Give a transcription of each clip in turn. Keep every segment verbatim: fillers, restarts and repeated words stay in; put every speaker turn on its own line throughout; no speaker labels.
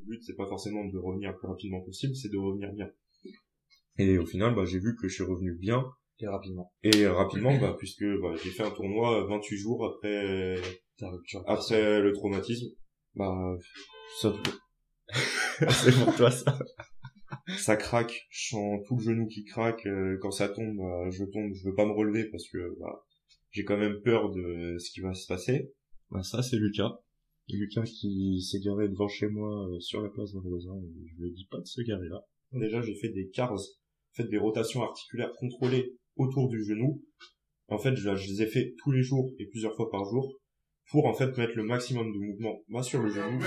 but c'est pas forcément de revenir le plus rapidement possible, c'est de revenir bien. Et au final, bah j'ai vu que je suis revenu bien.
Et rapidement.
Et rapidement, bah puisque bah, j'ai fait un tournoi vingt-huit jours après
Ta rupture.
après le traumatisme. Bah ça c'est pour toi ça. Ça craque, je sens tout le genou qui craque, euh, quand ça tombe, bah, je tombe, je veux pas me relever parce que bah, j'ai quand même peur de ce qui va se passer. Bah ça c'est Lucas. Lucas qui s'est garé devant chez moi euh, sur la place d'un voisin, et je lui ai dit pas de se garer là. Déjà j'ai fait des cars, fait des rotations articulaires contrôlées autour du genou. En fait je, je les ai fait tous les jours et plusieurs fois par jour pour en fait mettre le maximum de mouvement bah, sur le genou.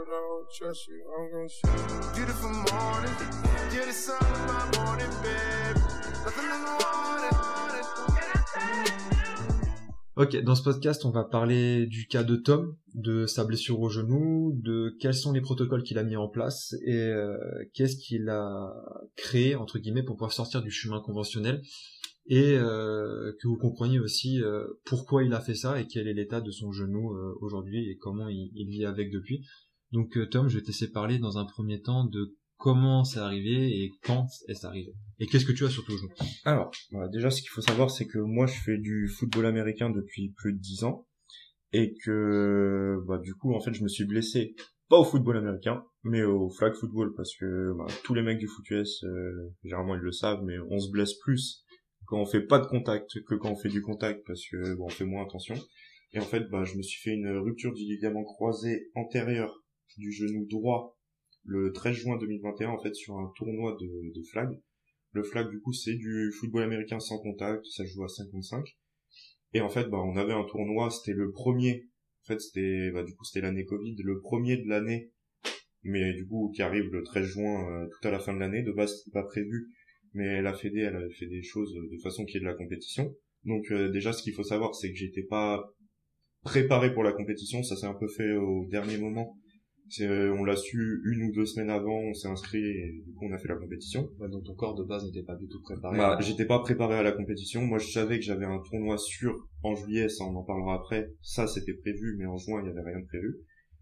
Ok, dans ce podcast, on va parler du cas de Tom, de sa blessure au genou, de quels sont les protocoles qu'il a mis en place et euh, qu'est-ce qu'il a créé, entre guillemets, pour pouvoir sortir du chemin conventionnel et euh, que vous compreniez aussi euh, pourquoi il a fait ça et quel est l'état de son genou euh, aujourd'hui et comment il, il vit avec depuis. Donc euh, Tom, je vais te laisser parler dans un premier temps de comment c'est arrivé et quand est-ce arrivé. Et qu'est-ce que tu as sur ton genou ?
Alors, bah, déjà, ce qu'il faut savoir, c'est que moi, je fais du football américain depuis plus de dix ans. Et que, bah, du coup, en fait, je me suis blessé, pas au football américain, mais au flag football, parce que bah, tous les mecs du foot U S, euh, généralement, ils le savent, mais on se blesse plus quand on fait pas de contact que quand on fait du contact, parce que bon, on fait moins attention. Et en fait, bah, je me suis fait une rupture du ligament croisé antérieur du genou droit le treize juin deux mille vingt et un, en fait, sur un tournoi de, de flag. Le flag, du coup, c'est du football américain sans contact, ça se joue à cinquante-cinq. Et en fait, bah, on avait un tournoi, c'était le premier, en fait, c'était, bah, du coup, c'était l'année Covid, le premier de l'année, mais du coup, qui arrive le treize juin, euh, tout à la fin de l'année. De base, c'était pas prévu, mais la Fédé, elle avait fait des choses de façon qu'il y ait de la compétition. Donc, euh, déjà, ce qu'il faut savoir, c'est que j'étais pas préparé pour la compétition, ça s'est un peu fait au dernier moment. C'est, euh, on l'a su une ou deux semaines avant, on s'est inscrit et du coup on a fait la compétition.
Ouais, donc ton corps de base n'était pas du tout préparé.
Bah,
à...
j'étais pas préparé à la compétition. Moi, je savais que j'avais un tournoi sûr en juillet, ça on en parlera après. Ça, c'était prévu, mais en juin, il y avait rien de prévu.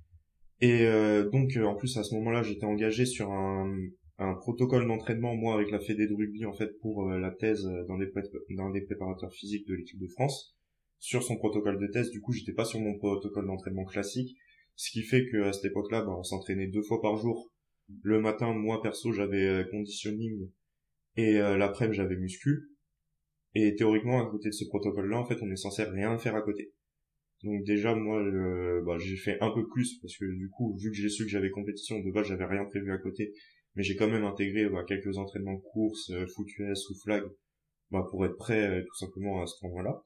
Et euh, donc, euh, en plus, à ce moment-là, j'étais engagé sur un, un protocole d'entraînement, moi, avec la Fédé de rugby, en fait, pour euh, la thèse d'un des, pré- d'un des préparateurs physiques de l'équipe de France. Sur son protocole de thèse, du coup, j'étais pas sur mon protocole d'entraînement classique. Ce qui fait qu'à cette époque-là, bah, on s'entraînait deux fois par jour. Le matin, moi, perso, j'avais euh, conditioning et euh, l'après-midi, j'avais muscu. Et théoriquement, à côté de ce protocole-là, en fait, on est censé rien faire à côté. Donc déjà, moi, euh, bah, j'ai fait un peu plus parce que du coup, vu que j'ai su que j'avais compétition, de base, j'avais rien prévu à côté. Mais j'ai quand même intégré bah, quelques entraînements de course, euh, foot U S ou flag, bah, pour être prêt euh, tout simplement à ce moment-là.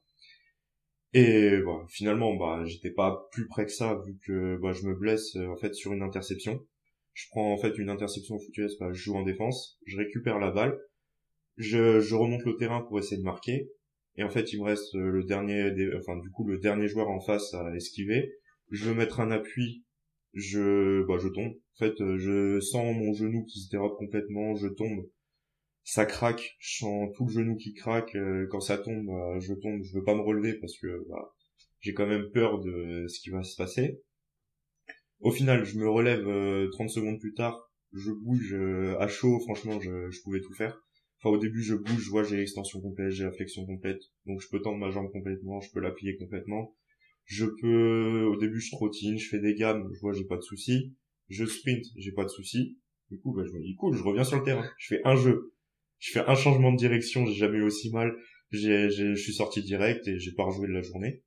Et bah, finalement, bah, j'étais pas plus près que ça vu que bah, je me blesse euh, en fait sur une interception. Je prends en fait une interception au foot U S, bah, je joue en défense, je récupère la balle, je, je remonte le terrain pour essayer de marquer. Et en fait, il me reste euh, le dernier, des, enfin du coup le dernier joueur en face à esquiver. Je veux mettre un appui, je, bah, je tombe. En fait, euh, je sens mon genou qui se dérobe complètement, je tombe. Ça craque, je sens tout le genou qui craque, euh, quand ça tombe, bah, je tombe, je veux pas me relever parce que bah, j'ai quand même peur de ce qui va se passer. Au final, je me relève euh, trente secondes plus tard, je bouge euh, à chaud, franchement, je, je pouvais tout faire. Enfin, au début, je bouge, je vois, j'ai l'extension complète, j'ai la flexion complète, donc je peux tendre ma jambe complètement, je peux la plier complètement. Je peux, au début, je trottine, je fais des gammes, je vois, j'ai pas de soucis. Je sprint, j'ai pas de soucis. Du coup, bah, je me dis, cool, je reviens sur le terrain. Je fais un jeu. Je fais un changement de direction, j'ai jamais eu aussi mal. J'ai, j'ai, je suis sorti direct et j'ai pas rejoué de la journée.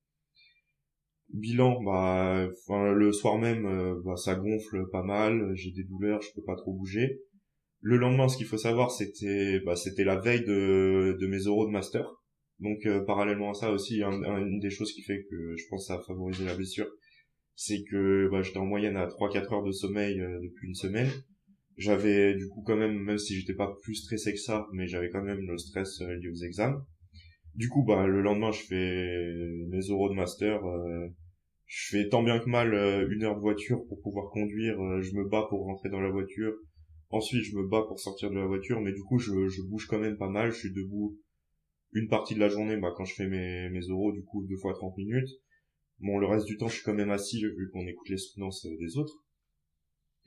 Bilan, bah, enfin, le soir même, euh, bah, ça gonfle pas mal, j'ai des douleurs, je peux pas trop bouger. Le lendemain, ce qu'il faut savoir, c'était, bah, c'était la veille de, de mes oraux de master. Donc, euh, parallèlement à ça aussi, un, un, une des choses qui fait que je pense que ça a favorisé la blessure, c'est que, bah, j'étais en moyenne à trois quatre heures de sommeil euh, depuis une semaine. J'avais, du coup, quand même, même si j'étais pas plus stressé que ça, mais j'avais quand même le stress euh, lié aux examens. Du coup, bah, le lendemain, je fais mes oraux de master, euh, je fais tant bien que mal euh, une heure de voiture pour pouvoir conduire, euh, je me bats pour rentrer dans la voiture. Ensuite, je me bats pour sortir de la voiture, mais du coup, je, je bouge quand même pas mal. Je suis debout une partie de la journée, bah, quand je fais mes, mes oraux, du coup, deux fois trente minutes. Bon, le reste du temps, je suis quand même assis, vu qu'on écoute les soutenances des autres.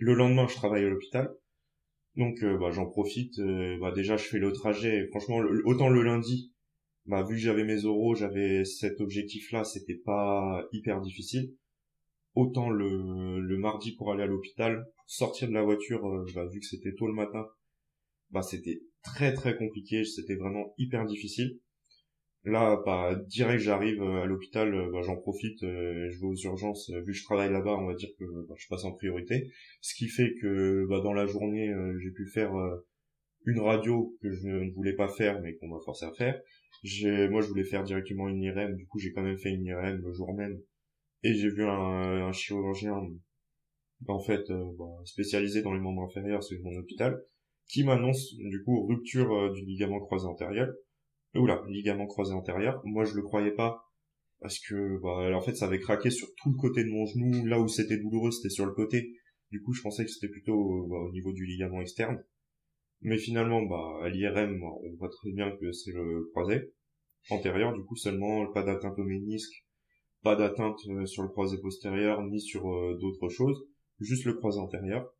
Le lendemain, je travaille à l'hôpital. Donc, euh, bah, j'en profite. Euh, bah, déjà, je fais le trajet. Franchement, le, autant le lundi, bah, vu que j'avais mes oraux, j'avais cet objectif-là, c'était pas hyper difficile. Autant le, le mardi pour aller à l'hôpital, pour sortir de la voiture, euh, bah, vu que c'était tôt le matin, bah, c'était très très compliqué. C'était vraiment hyper difficile. Là, bah, direct, j'arrive à l'hôpital, euh, bah, j'en profite, euh, je vais aux urgences. euh, Vu que je travaille là-bas, on va dire que bah, je passe en priorité. Ce qui fait que bah, dans la journée, euh, j'ai pu faire euh, une radio que je ne voulais pas faire, mais qu'on m'a forcé à faire. J'ai, moi, je voulais faire directement une I R M, du coup, j'ai quand même fait une I R M le jour même. Et j'ai vu un, un chirurgien, en fait, euh, bah, spécialisé dans les membres inférieurs, c'est mon hôpital, qui m'annonce, du coup, rupture euh, du ligament croisé antérieur. Oula, ligament croisé antérieur. Moi, je le croyais pas parce que, bah, en fait, ça avait craqué sur tout le côté de mon genou. Là où c'était douloureux, c'était sur le côté. Du coup, je pensais que c'était plutôt bah, au niveau du ligament externe. Mais finalement, bah, à l'I R M, on voit très bien que c'est le croisé antérieur. Du coup, seulement pas d'atteinte au ménisque, pas d'atteinte euh, sur le croisé postérieur, ni sur euh, d'autres choses. Juste le croisé antérieur.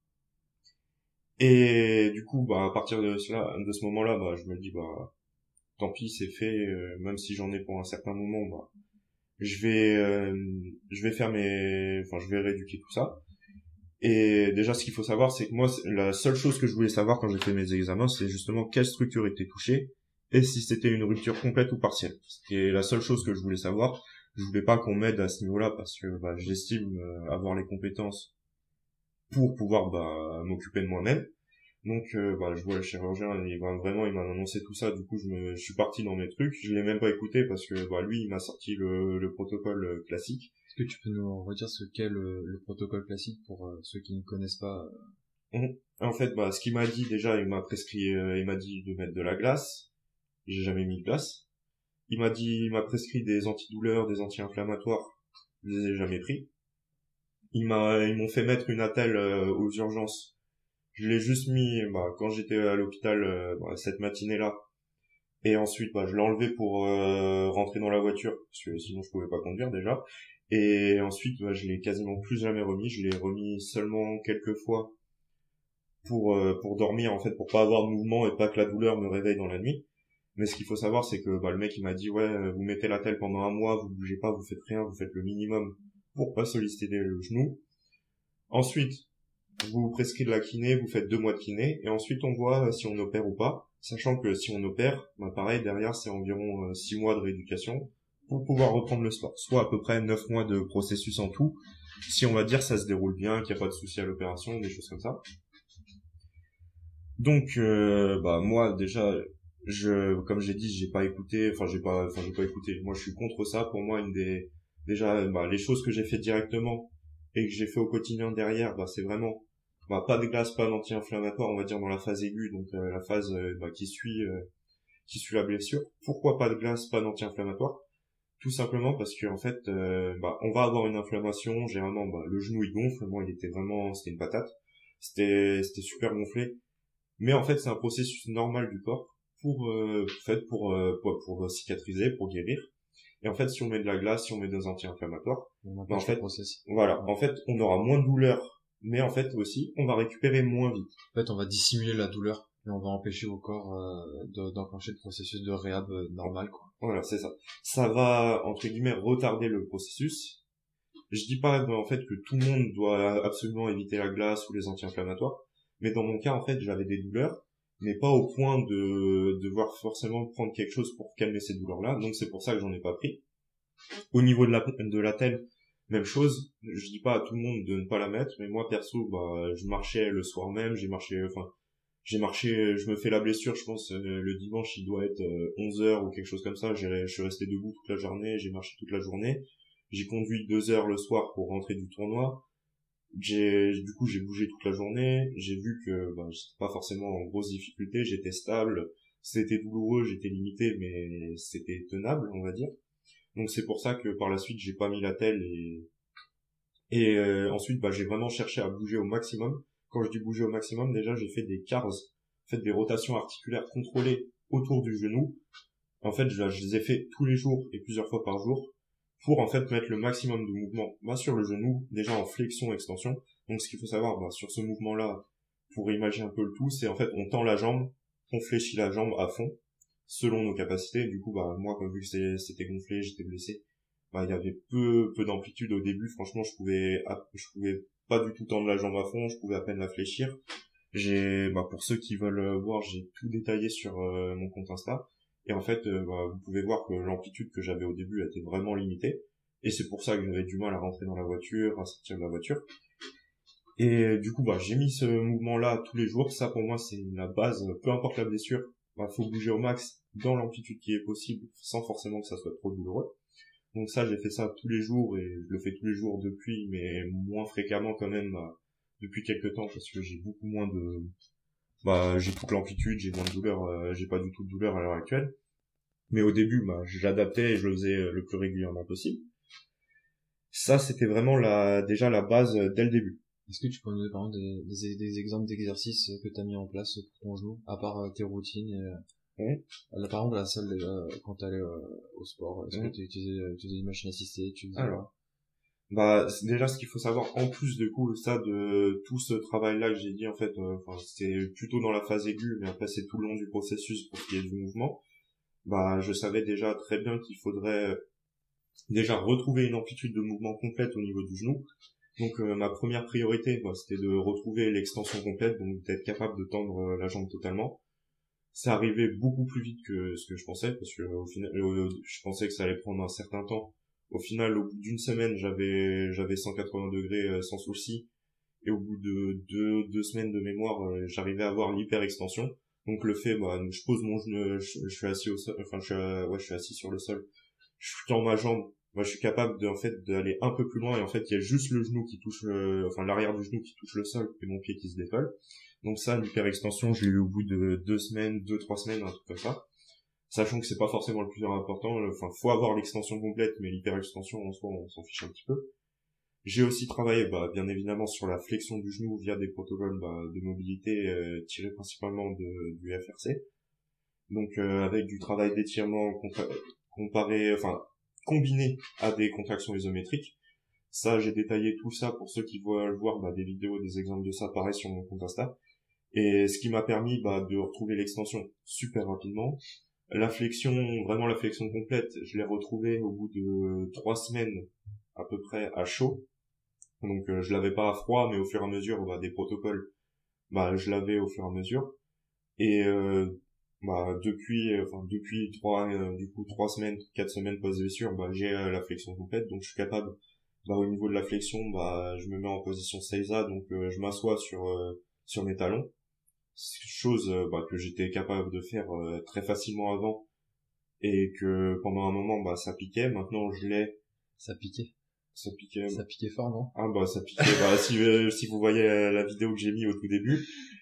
Et du coup, bah, à partir de cela, de ce moment-là, bah, je me dis, bah, tant pis, c'est fait. Euh, même si j'en ai pour un certain moment, bah, je vais, euh, je vais faire mes, enfin, je vais rééduquer tout ça. Et déjà, ce qu'il faut savoir, c'est que moi, la seule chose que je voulais savoir quand j'ai fait mes examens, c'est justement quelle structure était touchée et si c'était une rupture complète ou partielle. C'était la seule chose que je voulais savoir. Je voulais pas qu'on m'aide à ce niveau-là parce que bah, j'estime euh, avoir les compétences pour pouvoir bah, m'occuper de moi-même. Donc, euh, bah, je vois le chirurgien, et il va vraiment, il m'a annoncé tout ça. Du coup, je me, je suis parti dans mes trucs. Je l'ai même pas écouté parce que, bah, lui, il m'a sorti le, le protocole euh, classique.
Est-ce que tu peux nous redire ce qu'est le, le protocole classique pour euh, ceux qui ne connaissent pas euh...
Mmh. En fait, bah, ce qu'il m'a dit, déjà, il m'a prescrit, euh, il m'a dit de mettre de la glace. J'ai jamais mis de glace. Il m'a dit, il m'a prescrit des antidouleurs, des anti-inflammatoires. Je les ai jamais pris. Il m'a, ils m'ont fait mettre une attelle euh, aux urgences. Je l'ai juste mis, bah, quand j'étais à l'hôpital euh, bah, cette matinée-là. Et ensuite, bah, je l'ai enlevé pour euh, rentrer dans la voiture, parce que sinon je pouvais pas conduire déjà. Et ensuite, bah, je l'ai quasiment plus jamais remis. Je l'ai remis seulement quelques fois pour euh, pour dormir, en fait, pour pas avoir de mouvement et pas que la douleur me réveille dans la nuit. Mais ce qu'il faut savoir, c'est que bah, le mec il m'a dit ouais, vous mettez la telle pendant un mois, vous bougez pas, vous faites rien, vous faites le minimum pour pas solliciter le genou. Ensuite, vous vous prescrivez de la kiné, vous faites deux mois de kiné, et ensuite on voit si on opère ou pas, sachant que si on opère, bah pareil, derrière c'est environ euh, six mois de rééducation pour pouvoir reprendre le sport, soit à peu près neuf mois de processus en tout, si on va dire ça se déroule bien, qu'il n'y a pas de souci à l'opération, des choses comme ça. Donc, euh, bah moi déjà, je, comme j'ai dit, j'ai pas écouté, enfin j'ai pas, enfin j'ai pas écouté. Moi je suis contre ça. Pour moi, une des, déjà, bah, les choses que j'ai fait directement et que j'ai fait au quotidien derrière, bah c'est vraiment bah, pas de glace, pas d'anti-inflammatoire, on va dire dans la phase aiguë, donc euh, la phase euh, bah, qui suit euh, qui suit la blessure. Pourquoi pas de glace, pas d'anti-inflammatoire? Tout simplement parce que en fait, euh, bah, on va avoir une inflammation. Généralement, bah, le genou il gonfle. Moi, il était vraiment, c'était une patate. C'était, c'était super gonflé. Mais en fait, c'est un processus normal du corps pour, euh, fait pour, euh, pour pour cicatriser, pour guérir. Et en fait, si on met de la glace, si on met des anti-inflammatoires, bah, en fait, voilà, en fait, on aura moins de douleur. Mais en fait aussi, on va récupérer moins vite.
En fait, on va dissimuler la douleur et on va empêcher au corps euh, de, d'enclencher le processus de réhab euh, normal, quoi.
Voilà, c'est ça. Ça va, entre guillemets, retarder le processus. Je dis pas, en fait, que tout le monde doit absolument éviter la glace ou les anti-inflammatoires. Mais dans mon cas, en fait, j'avais des douleurs, mais pas au point de devoir forcément prendre quelque chose pour calmer ces douleurs-là. Donc c'est pour ça que j'en ai pas pris. Au niveau de la, de la telle, même chose, je dis pas à tout le monde de ne pas la mettre, mais moi perso, bah, je marchais le soir même, j'ai marché, enfin, j'ai marché, je me fais la blessure, je pense, euh, le dimanche, il doit être euh, onze heures ou quelque chose comme ça, j'ai, je suis resté debout toute la journée, j'ai marché toute la journée, j'ai conduit deux heures le soir pour rentrer du tournoi, j'ai, du coup, j'ai bougé toute la journée, j'ai vu que, bah, j'étais pas forcément en grosse difficulté, j'étais stable, c'était douloureux, j'étais limité, mais c'était tenable, on va dire. Donc c'est pour ça que par la suite j'ai pas mis la telle et et euh, ensuite bah j'ai vraiment cherché à bouger au maximum. Quand je dis bouger au maximum, déjà j'ai fait des C A R S, en fait des rotations articulaires contrôlées autour du genou. En fait je, je les ai fait tous les jours et plusieurs fois par jour pour en fait mettre le maximum de mouvement bah, sur le genou, déjà en flexion extension, Donc ce qu'il faut savoir, bah, sur ce mouvement-là, pour imaginer un peu le tout, c'est en fait on tend la jambe, on fléchit la jambe à fond, selon nos capacités. Du coup, bah moi, comme vu que c'était gonflé, j'étais blessé, bah il y avait peu peu d'amplitude au début. Franchement, je pouvais je pouvais pas du tout tendre la jambe à fond, je pouvais à peine la fléchir. J'ai, bah pour ceux qui veulent voir, j'ai tout détaillé sur euh, mon compte Insta. Et en fait, euh, bah, vous pouvez voir que l'amplitude que j'avais au début était vraiment limitée. Et c'est pour ça que j'avais du mal à rentrer dans la voiture, à sortir de la voiture. Et du coup, bah, j'ai mis ce mouvement-là tous les jours. Ça, pour moi, c'est la base. Peu importe la blessure, bah, faut bouger au max dans l'amplitude qui est possible, sans forcément que ça soit trop douloureux. Donc ça, j'ai fait ça tous les jours, et je le fais tous les jours depuis, mais moins fréquemment quand même, bah, depuis quelques temps, parce que j'ai beaucoup moins de... Bah, j'ai toute l'amplitude, j'ai moins de douleur, euh, j'ai pas du tout de douleur à l'heure actuelle. Mais au début, bah, j'adaptais et je le faisais le plus régulièrement possible. Ça, c'était vraiment la, déjà la base dès le début.
Est-ce que tu peux nous donner par exemple des, des, des exemples d'exercices que tu as mis en place pour ton genou, à part euh, tes routines et,
Mmh.
Là, par exemple, la salle, euh, quand t'allais euh, au sport, est-ce mmh. que tu utilisais, tu utilisais des machines assistées, tu faisais...
Alors, bah, déjà, ce qu'il faut savoir, en plus, du coup, ça, de tout ce travail-là que j'ai dit, en fait, enfin, euh, c'est plutôt dans la phase aiguë, mais après, c'est tout le long du processus pour qu'il y ait du mouvement. Bah, je savais déjà très bien qu'il faudrait déjà retrouver une amplitude de mouvement complète au niveau du genou. Donc euh, ma première priorité, bah, c'était de retrouver l'extension complète, donc d'être capable de tendre euh, la jambe totalement. Ça arrivait beaucoup plus vite que ce que je pensais, parce que au final, euh, je pensais que ça allait prendre un certain temps. Au final, au bout d'une semaine, j'avais j'avais cent quatre-vingts degrés euh, sans souci, et au bout de deux deux semaines de mémoire, euh, j'arrivais à avoir l'hyperextension. Donc le fait, bah, je pose mon genou, je, je suis assis au sol, enfin je suis, à, ouais, je suis assis sur le sol, je tends ma jambe. Moi, je suis capable de, en fait, d'aller un peu plus loin, et en fait, il y a juste le genou qui touche, le, enfin, l'arrière du genou qui touche le sol, et mon pied qui se décolle. Donc ça, l'hyperextension, je l'ai eu au bout de deux semaines, deux, trois semaines, un truc comme ça. Sachant que c'est pas forcément le plus important, enfin, faut avoir l'extension complète, mais l'hyperextension, en soi, on s'en fiche un petit peu. J'ai aussi travaillé, bah, bien évidemment, sur la flexion du genou via des protocoles, bah, de mobilité, euh, tirés principalement de, du F R C. Donc, euh, avec du travail d'étirement compa- comparé, enfin, combiné à des contractions isométriques. Ça, j'ai détaillé tout ça pour ceux qui veulent voir bah, des vidéos, des exemples de ça, pareil sur mon compte Insta. Et ce qui m'a permis bah, de retrouver l'extension super rapidement. La flexion, vraiment la flexion complète, je l'ai retrouvée au bout de trois semaines à peu près à chaud. Donc euh, je l'avais pas à froid, mais au fur et à mesure bah, des protocoles, bah je l'avais au fur et à mesure. Et euh, bah depuis euh, enfin depuis trois euh, du coup trois semaines quatre semaines post blessure, bah j'ai euh, la flexion complète, donc je suis capable, bah au niveau de la flexion, bah je me mets en position Seiza, donc euh, je m'assois sur euh, sur mes talons, chose euh, bah, que j'étais capable de faire euh, très facilement avant, et que pendant un moment bah ça piquait. Maintenant je l'ai.
Ça piquait
ça piquait
ça piquait fort, non?
Ah bah ça piquait. Bah si euh, si vous voyez la, la vidéo que j'ai mis au tout début,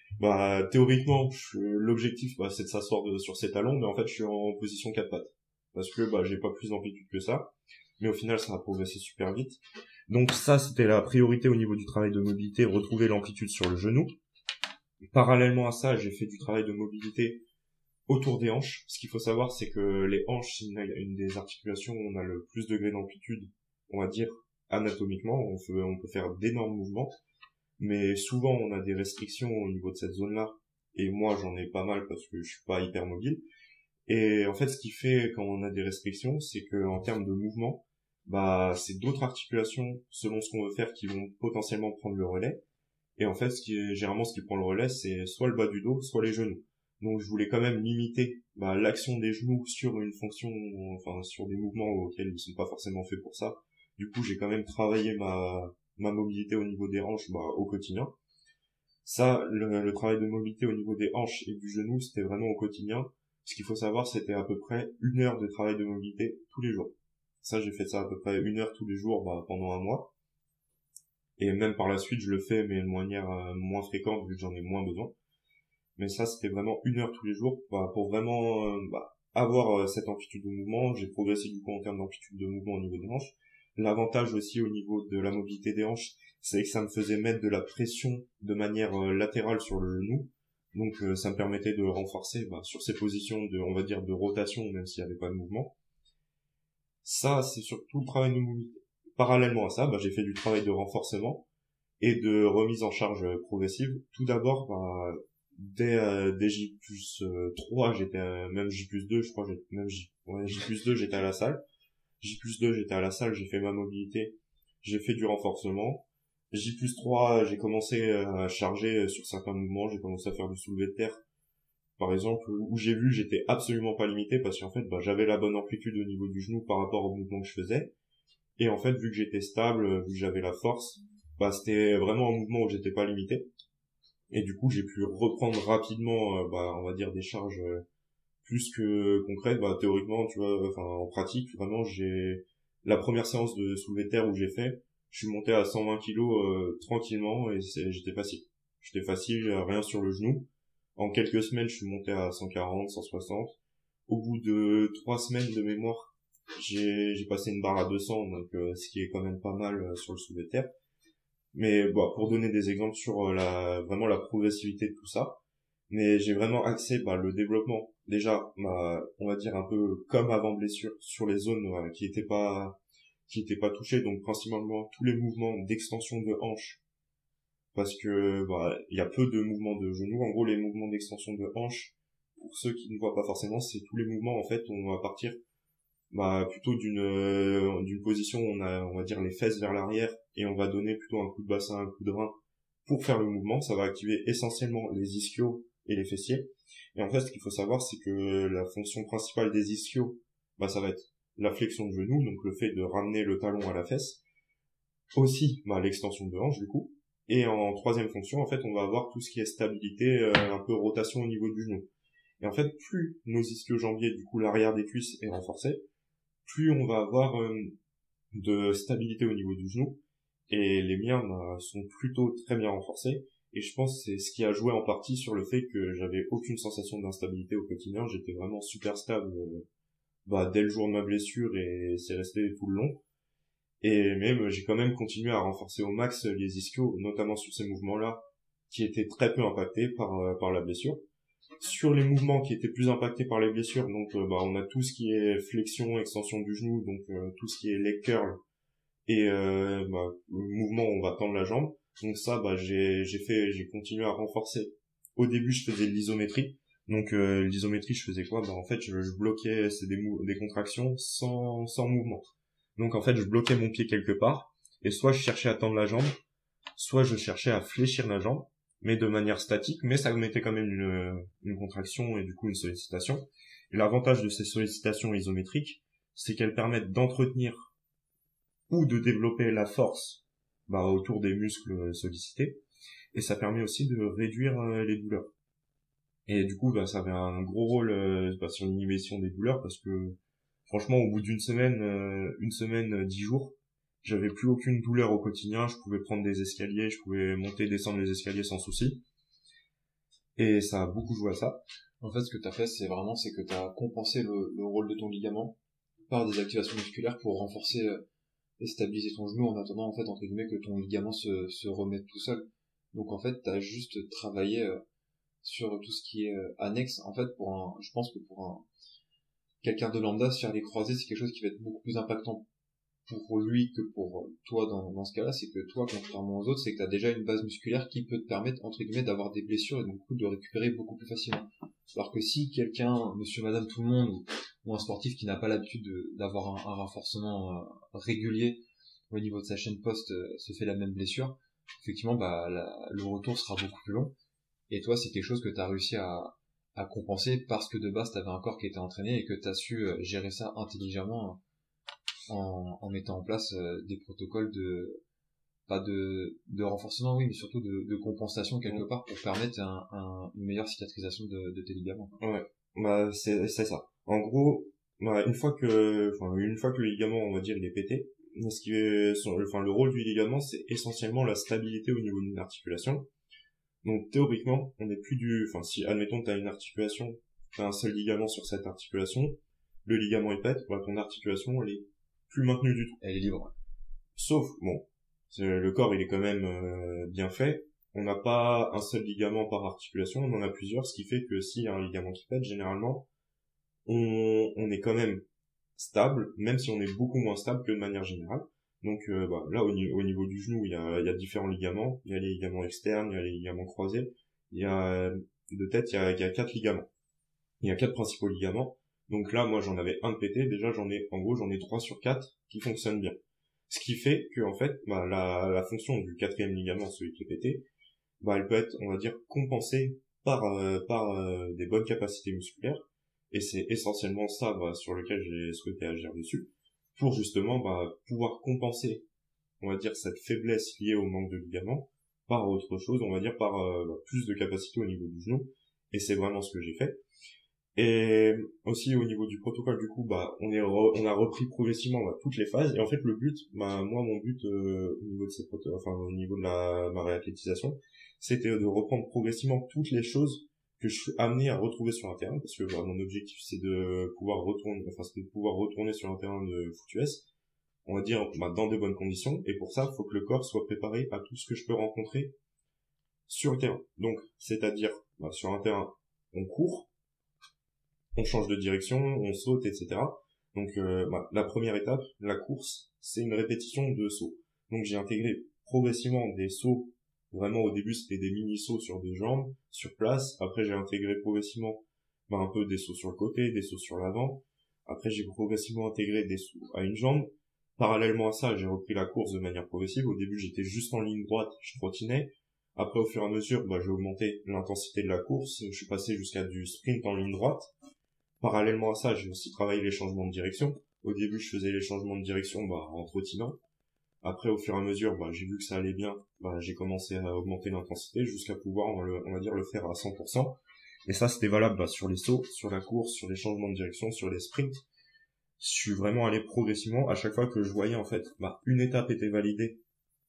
bah théoriquement je, l'objectif bah c'est de s'asseoir de, sur ses talons, mais en fait je suis en position quatre pattes parce que bah j'ai pas plus d'amplitude que ça, mais au final ça a progressé super vite. Donc ça, c'était la priorité au niveau du travail de mobilité, retrouver l'amplitude sur le genou. Parallèlement à ça, j'ai fait du travail de mobilité autour des hanches. Ce qu'il faut savoir, c'est que les hanches, c'est une, une des articulations où on a le plus de degrés d'amplitude, on va dire anatomiquement. On peut, on peut faire d'énormes mouvements, mais souvent on a des restrictions au niveau de cette zone-là, et moi j'en ai pas mal parce que je suis pas hyper mobile. Et en fait, ce qui fait quand on a des restrictions, c'est que en termes de mouvement, bah c'est d'autres articulations selon ce qu'on veut faire qui vont potentiellement prendre le relais. Et en fait, ce qui est, généralement ce qui prend le relais, c'est soit le bas du dos, soit les genoux. Donc je voulais quand même limiter bah, l'action des genoux sur une fonction, enfin sur des mouvements auxquels ils sont pas forcément faits pour ça. Du coup, j'ai quand même travaillé ma ma mobilité au niveau des hanches bah, au quotidien. Ça, le, le travail de mobilité au niveau des hanches et du genou, c'était vraiment au quotidien. Ce qu'il faut savoir, c'était à peu près une heure de travail de mobilité tous les jours. Ça, j'ai fait ça à peu près une heure tous les jours bah, pendant un mois. Et même par la suite, je le fais, mais de manière euh, moins fréquente, vu que j'en ai moins besoin. Mais ça, c'était vraiment une heure tous les jours bah, pour vraiment euh, bah, avoir euh, cette amplitude de mouvement. J'ai progressé du coup en termes d'amplitude de mouvement au niveau des hanches. L'avantage aussi au niveau de la mobilité des hanches, c'est que ça me faisait mettre de la pression de manière euh, latérale sur le genou. Donc euh, ça me permettait de renforcer bah, sur ces positions de, on va dire, de rotation, même s'il n'y avait pas de mouvement. Ça, c'est surtout le travail de mobilité. Parallèlement à ça, bah, j'ai fait du travail de renforcement. et de remise en charge progressive. Tout d'abord, bah, dès, euh, dès J plus trois, j'étais à, même J plus deux, je crois, j'ai, même J, ouais, J plus deux, j'étais à la salle. J plus deux, j'étais à la salle, j'ai fait ma mobilité, j'ai fait du renforcement. J plus trois, j'ai commencé à charger sur certains mouvements, j'ai commencé à faire du soulevé de terre, par exemple, où j'ai vu j'étais absolument pas limité parce qu'en fait, bah, j'avais la bonne amplitude au niveau du genou par rapport au mouvement que je faisais. Et en fait, vu que j'étais stable, vu que j'avais la force, bah, c'était vraiment un mouvement où j'étais pas limité. Et du coup, j'ai pu reprendre rapidement, euh, bah, on va dire des charges euh, plus que concrètes. Bah, théoriquement, tu vois, enfin, en pratique, vraiment, j'ai la première séance de soulevé de terre où j'ai fait, je suis monté à cent vingt kilos euh, tranquillement et c'est, j'étais facile. J'étais facile, rien sur le genou. En quelques semaines, je suis monté à cent quarante, cent soixante. Au bout de trois semaines de mémoire, j'ai, j'ai passé une barre à deux cents, donc euh, ce qui est quand même pas mal euh, sur le soulevé de terre. Mais bon, pour donner des exemples sur euh, la vraiment la progressivité de tout ça, mais j'ai vraiment axé bah, le développement déjà, bah, on va dire un peu comme avant blessure, sur les zones euh, qui étaient pas qui étaient pas touchées, donc principalement tous les mouvements d'extension de hanche, parce que bah il y a peu de mouvements de genoux. En gros, les mouvements d'extension de hanche, pour ceux qui ne voient pas forcément, c'est tous les mouvements en fait on va partir bah plutôt d'une euh, d'une position où on a on va dire les fesses vers l'arrière et on va donner plutôt un coup de bassin, un coup de rein pour faire le mouvement. Ça va activer essentiellement les ischios et les fessiers. Et en fait, ce qu'il faut savoir, c'est que la fonction principale des ischios, bah ça va être la flexion de genou, donc le fait de ramener le talon à la fesse, aussi bah l'extension de hanche du coup. Et en troisième fonction, en fait, on va avoir tout ce qui est stabilité, euh, un peu rotation au niveau du genou. Et en fait, plus nos ischio-jambiers, du coup l'arrière des cuisses est renforcé, plus on va avoir euh, de stabilité au niveau du genou. Et les miens bah, sont plutôt très bien renforcés. Et je pense que c'est ce qui a joué en partie sur le fait que j'avais aucune sensation d'instabilité au quotidien. J'étais vraiment super stable euh, bah, dès le jour de ma blessure et c'est resté tout le long. Et même, j'ai quand même continué à renforcer au max les ischios, notamment sur ces mouvements-là, qui étaient très peu impactés par, euh, par la blessure. Sur les mouvements qui étaient plus impactés par les blessures, donc euh, bah, on a tout ce qui est flexion, extension du genou, donc euh, tout ce qui est leg curl, et euh, bah, le mouvement où on va tendre la jambe. Donc ça, bah, j'ai, j'ai fait, j'ai continué à renforcer. Au début, je faisais de l'isométrie. Donc euh, l'isométrie, je faisais quoi? Bah en fait, je, je bloquais, c'est des, mou- des contractions sans, sans mouvement. Donc en fait, je bloquais mon pied quelque part, et soit je cherchais à tendre la jambe, soit je cherchais à fléchir la jambe, mais de manière statique, mais ça mettait quand même une, une contraction et du coup une sollicitation. Et l'avantage de ces sollicitations isométriques, c'est qu'elles permettent d'entretenir ou de développer la force bah, autour des muscles sollicités, et ça permet aussi de réduire euh, les douleurs. Et du coup, bah, ça avait un gros rôle euh, bah, sur l'inhibition des douleurs, parce que franchement, au bout d'une semaine, euh, une semaine, euh, dix jours, j'avais plus aucune douleur au quotidien. Je pouvais prendre des escaliers, je pouvais monter, descendre les escaliers sans souci. Et ça a beaucoup joué à ça.
En fait, ce que t'as fait, c'est vraiment, c'est que t'as compensé le, le rôle de ton ligament par des activations musculaires pour renforcer euh, et stabiliser ton genou en attendant, en fait, entre guillemets, que ton ligament se, se remette tout seul. Donc, en fait, t'as juste travaillé euh, sur tout ce qui est euh, annexe. En fait, pour un, je pense que pour un, quelqu'un de lambda, se faire les croisés, c'est quelque chose qui va être beaucoup plus impactant pour lui que pour toi dans, dans ce cas-là. C'est que toi, contrairement aux autres, c'est que tu as déjà une base musculaire qui peut te permettre, entre guillemets, d'avoir des blessures et du coup de récupérer beaucoup plus facilement. Alors que si quelqu'un, monsieur, madame, tout le monde, ou, ou un sportif qui n'a pas l'habitude de, d'avoir un, un renforcement euh, régulier au niveau de sa chaîne poste euh, se fait la même blessure, effectivement, bah, la, le retour sera beaucoup plus long. Et toi, c'est quelque chose que tu as réussi à, à compenser parce que de base, tu avais un corps qui était entraîné et que tu as su gérer ça intelligemment en, en mettant en place euh, des protocoles de pas de, de renforcement, oui, mais surtout de, de compensation quelque part pour permettre un, un, une meilleure cicatrisation de, de tes ligaments.
Ouais, bah c'est c'est ça. En gros, bah, une fois que, enfin une fois que le ligament, on va dire, il est pété, ce qui est, son, enfin le rôle du ligament, c'est essentiellement la stabilité au niveau d'une articulation. Donc théoriquement, on n'est plus du, enfin si admettons que t'as une articulation, t'as un seul ligament sur cette articulation, le ligament il pète, bah ton articulation elle est plus maintenue du tout.
Elle est libre.
Sauf, bon, le corps il est quand même euh, bien fait. On n'a pas un seul ligament par articulation, on en a plusieurs, ce qui fait que s'il y a un ligament qui pète, généralement, on, on est quand même stable, même si on est beaucoup moins stable que de manière générale. Donc euh, bah, là au, ni- au niveau du genou, il y a, il y a différents ligaments. Il y a les ligaments externes, il y a les ligaments croisés. Il y a de tête, il y a, il y a quatre ligaments. Il y a quatre principaux ligaments. Donc là, moi j'en avais un de pété. Déjà j'en ai, en gros j'en ai trois sur quatre qui fonctionnent bien. Ce qui fait que en fait, bah, la, la fonction du quatrième ligament, celui qui est pété, bah elle peut être, on va dire, compensée par euh, par euh, des bonnes capacités musculaires. Et c'est essentiellement ça bah, sur lequel j'ai souhaité agir dessus, pour justement bah, pouvoir compenser, on va dire, cette faiblesse liée au manque de ligaments par autre chose, on va dire par euh, bah, plus de capacité au niveau du genou. Et c'est vraiment ce que j'ai fait. Et aussi au niveau du protocole, du coup, bah on est re- on a repris progressivement bah, toutes les phases. Et en fait, le but, bah moi mon but euh, au niveau de ces proto- enfin au niveau de la ma réathlétisation, c'était de reprendre progressivement toutes les choses que je suis amené à retrouver sur un terrain, parce que bah, mon objectif c'est de pouvoir retourner, enfin c'était de pouvoir retourner sur un terrain de foot U S, on va dire bah, dans de bonnes conditions. Et pour ça, il faut que le corps soit préparé à tout ce que je peux rencontrer sur le terrain. Donc, c'est-à-dire bah, sur un terrain, on court, on change de direction, on saute, et cetera. Donc euh, bah, la première étape, la course, c'est une répétition de sauts. Donc j'ai intégré progressivement des sauts. Vraiment au début c'était des mini sauts sur deux jambes, sur place. Après j'ai intégré progressivement bah, un peu des sauts sur le côté, des sauts sur l'avant. Après j'ai progressivement intégré des sauts à une jambe. Parallèlement à ça, j'ai repris la course de manière progressive. Au début j'étais juste en ligne droite, je trottinais. Après au fur et à mesure, bah, j'ai augmenté l'intensité de la course. Je suis passé jusqu'à du sprint en ligne droite. Parallèlement à ça, j'ai aussi travaillé les changements de direction. Au début, je faisais les changements de direction bah, en trottinant. Après, au fur et à mesure, bah, j'ai vu que ça allait bien. Bah, j'ai commencé à augmenter l'intensité jusqu'à pouvoir, on, le, on va dire, le faire à cent pour cent. Et ça, c'était valable bah, sur les sauts, sur la course, sur les changements de direction, sur les sprints. Je suis vraiment allé progressivement. À chaque fois que je voyais, en fait, bah, une étape était validée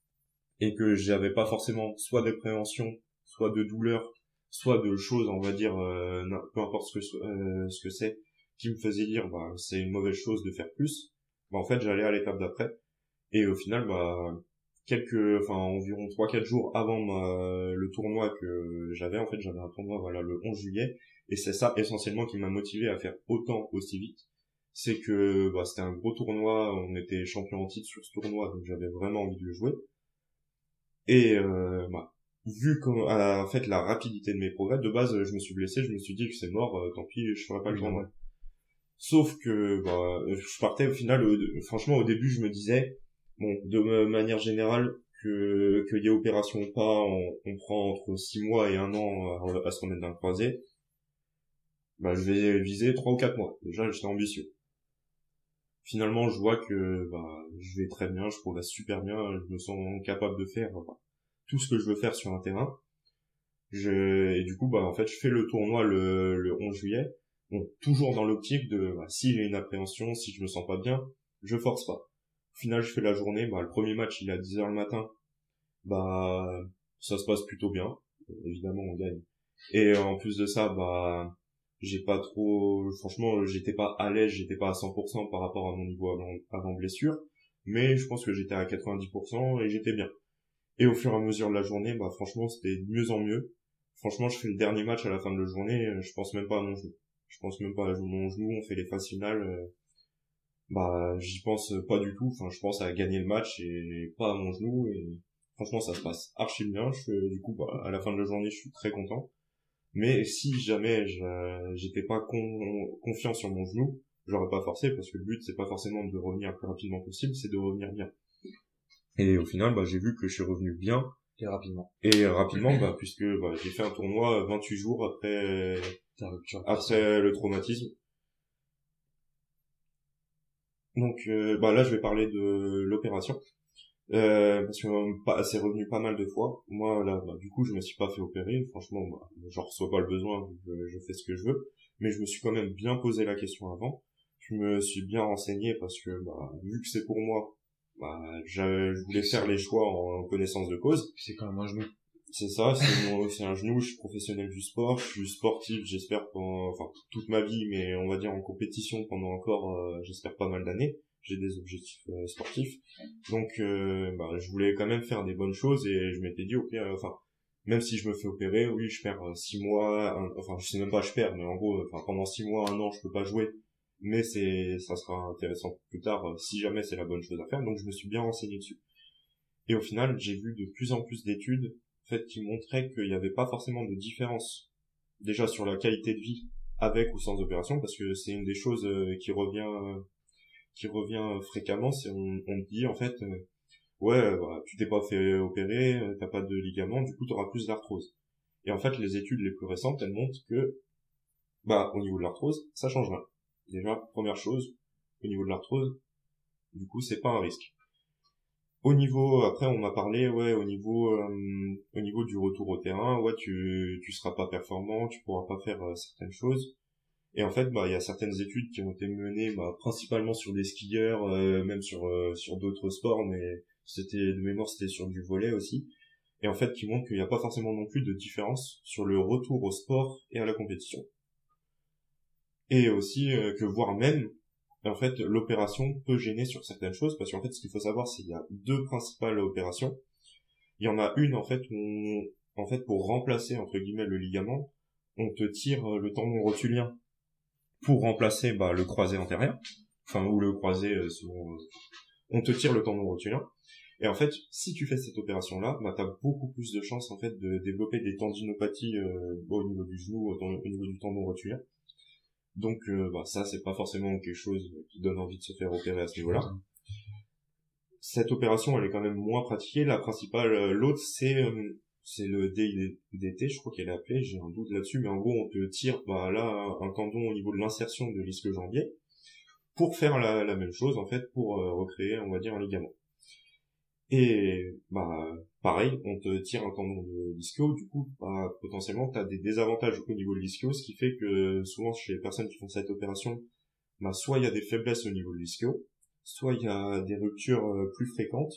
et que j'avais pas forcément soit de préhension, soit de douleur, soit de choses, on va dire, euh, peu importe ce que euh, ce que c'est, qui me faisait dire, bah, c'est une mauvaise chose de faire plus. Bah, en fait, j'allais à l'étape d'après. Et au final, bah, quelques, enfin, environ trois quatre jours avant ma, le tournoi que j'avais, en fait, j'avais un tournoi, voilà, le onze juillet. Et c'est ça, essentiellement, qui m'a motivé à faire autant aussi vite. C'est que, bah, c'était un gros tournoi, on était champion en titre sur ce tournoi, donc j'avais vraiment envie de le jouer. Et euh, bah, vu qu'en euh, en fait la rapidité de mes progrès, de base je me suis blessé, je me suis dit que c'est mort, euh, tant pis, je ferai pas le
Oui,
tournoi.
normal.
Sauf que bah, je partais au final, au- franchement au début je me disais, bon, de ma- manière générale, que qu'il y ait opération ou pas, on, on prend entre six mois et un an à, à se remettre d'un croisé. Bah je vais viser trois ou quatre mois. Déjà j'étais ambitieux. Finalement je vois que bah je vais très bien, je progresse super bien, je me sens capable de faire bah, tout ce que je veux faire sur un terrain. Je, et du coup, bah, en fait, je fais le tournoi le, le onze juillet. Bon, toujours dans l'optique de, bah, si j'ai une appréhension, si je me sens pas bien, je force pas. Au final, je fais la journée, bah, le premier match, il est à dix heures le matin. Bah, ça se passe plutôt bien. Évidemment, on gagne. Et euh, en plus de ça, bah, j'ai pas trop, franchement, j'étais pas à l'aise, j'étais pas à cent pour cent par rapport à mon niveau avant, avant blessure. Mais je pense que j'étais à quatre-vingt-dix pour cent et j'étais bien. Et au fur et à mesure de la journée, bah, franchement, c'était de mieux en mieux. Franchement, je fais le dernier match à la fin de la journée, euh, je pense même pas à mon genou. Je pense même pas à mon genou, on fait les phases finales, euh, bah, j'y pense pas du tout. Enfin, je pense à gagner le match et pas à mon genou. Et franchement, ça se passe archi bien. Je fais- du coup, bah, à la fin de la journée, je suis très content. Mais si jamais je- j'étais pas con- confiant sur mon genou, j'aurais pas forcé parce que le but, c'est pas forcément de revenir le plus rapidement possible, c'est de revenir bien. Et au final, bah, j'ai vu que je suis revenu bien.
Et rapidement.
Et rapidement, bah, puisque bah, j'ai fait un tournoi vingt-huit jours après,
Ta rupture.
après le traumatisme. Donc euh, bah, là, je vais parler de l'opération. Euh, parce que euh, pas- c'est revenu pas mal de fois. Moi, là, bah, du coup, je me suis pas fait opérer. Franchement, bah, j'en reçois pas le besoin, donc euh, je fais ce que je veux. Mais je me suis quand même bien posé la question avant. Je me suis bien renseigné parce que, bah, vu que c'est pour moi, bah, je, je voulais faire les choix en connaissance de cause.
C'est quand même un genou.
C'est ça, c'est mon, c'est un genou, je suis professionnel du sport, je suis sportif, j'espère pendant, enfin, toute ma vie, mais on va dire en compétition pendant encore, euh, j'espère pas mal d'années. J'ai des objectifs euh, sportifs. Donc, euh, bah, je voulais quand même faire des bonnes choses et je m'étais dit, ok, euh, enfin, même si je me fais opérer, oui, je perds euh, six mois, un- enfin, je sais même pas, je perds, mais en gros, enfin, pendant six mois, un an, je peux pas jouer. mais c'est, ça sera intéressant plus tard euh, si jamais c'est la bonne chose à faire. Donc je me suis bien renseigné dessus. Et au final, j'ai vu de plus en plus d'études, en fait, qui montraient qu'il n'y avait pas forcément de différence, déjà sur la qualité de vie avec ou sans opération, parce que c'est une des choses euh, qui revient, euh, qui revient fréquemment, c'est on, on te dit en fait, euh, ouais, euh, bah, tu t'es pas fait opérer, euh, t'as pas de ligament, du coup t'auras plus d'arthrose. Et en fait, les études les plus récentes, elles montrent que, bah, au niveau de l'arthrose, ça change rien. Déjà, première chose, au niveau de l'arthrose, du coup, c'est pas un risque. Au niveau, après, on m'a parlé, ouais, au niveau, euh, au niveau du retour au terrain, ouais, tu, tu seras pas performant, tu pourras pas faire euh, certaines choses. Et en fait, bah, il y a certaines études qui ont été menées, bah, principalement sur des skieurs, euh, même sur, euh, sur d'autres sports, mais c'était, de mémoire, c'était sur du volley aussi. Et en fait, qui montrent qu'il n'y a pas forcément non plus de différence sur le retour au sport et à la compétition. Et aussi, euh, que voire même, en fait, l'opération peut gêner sur certaines choses, parce qu'en fait, ce qu'il faut savoir, c'est qu'il y a deux principales opérations. Il y en a une, en fait, où on, en fait, pour remplacer, entre guillemets, le ligament, on te tire le tendon rotulien pour remplacer, bah, le croisé antérieur. Enfin, ou le croisé, euh, selon, euh, on te tire le tendon rotulien. Et en fait, si tu fais cette opération-là, bah, t'as beaucoup plus de chances, en fait, de développer des tendinopathies, euh, au niveau du genou, au, au niveau du tendon rotulien. Donc, euh, bah, ça, c'est pas forcément quelque chose qui donne envie de se faire opérer à ce niveau-là. Cette opération, elle est quand même moins pratiquée. La principale, euh, l'autre, c'est euh, c'est le D I D T, je crois qu'elle est appelée, j'ai un doute là-dessus, mais en gros, on te tire, bah, là, un tendon au niveau de l'insertion de l'ischio-jambier pour faire la, la même chose, en fait, pour euh, recréer, on va dire, un ligament. Et, bah, pareil, on te tire un tendon de l'ischio, du coup, bah, potentiellement, t'as des désavantages au niveau de l'ischio, ce qui fait que, souvent, chez les personnes qui font cette opération, bah, soit il y a des faiblesses au niveau de l'ischio, soit il y a des ruptures euh, plus fréquentes,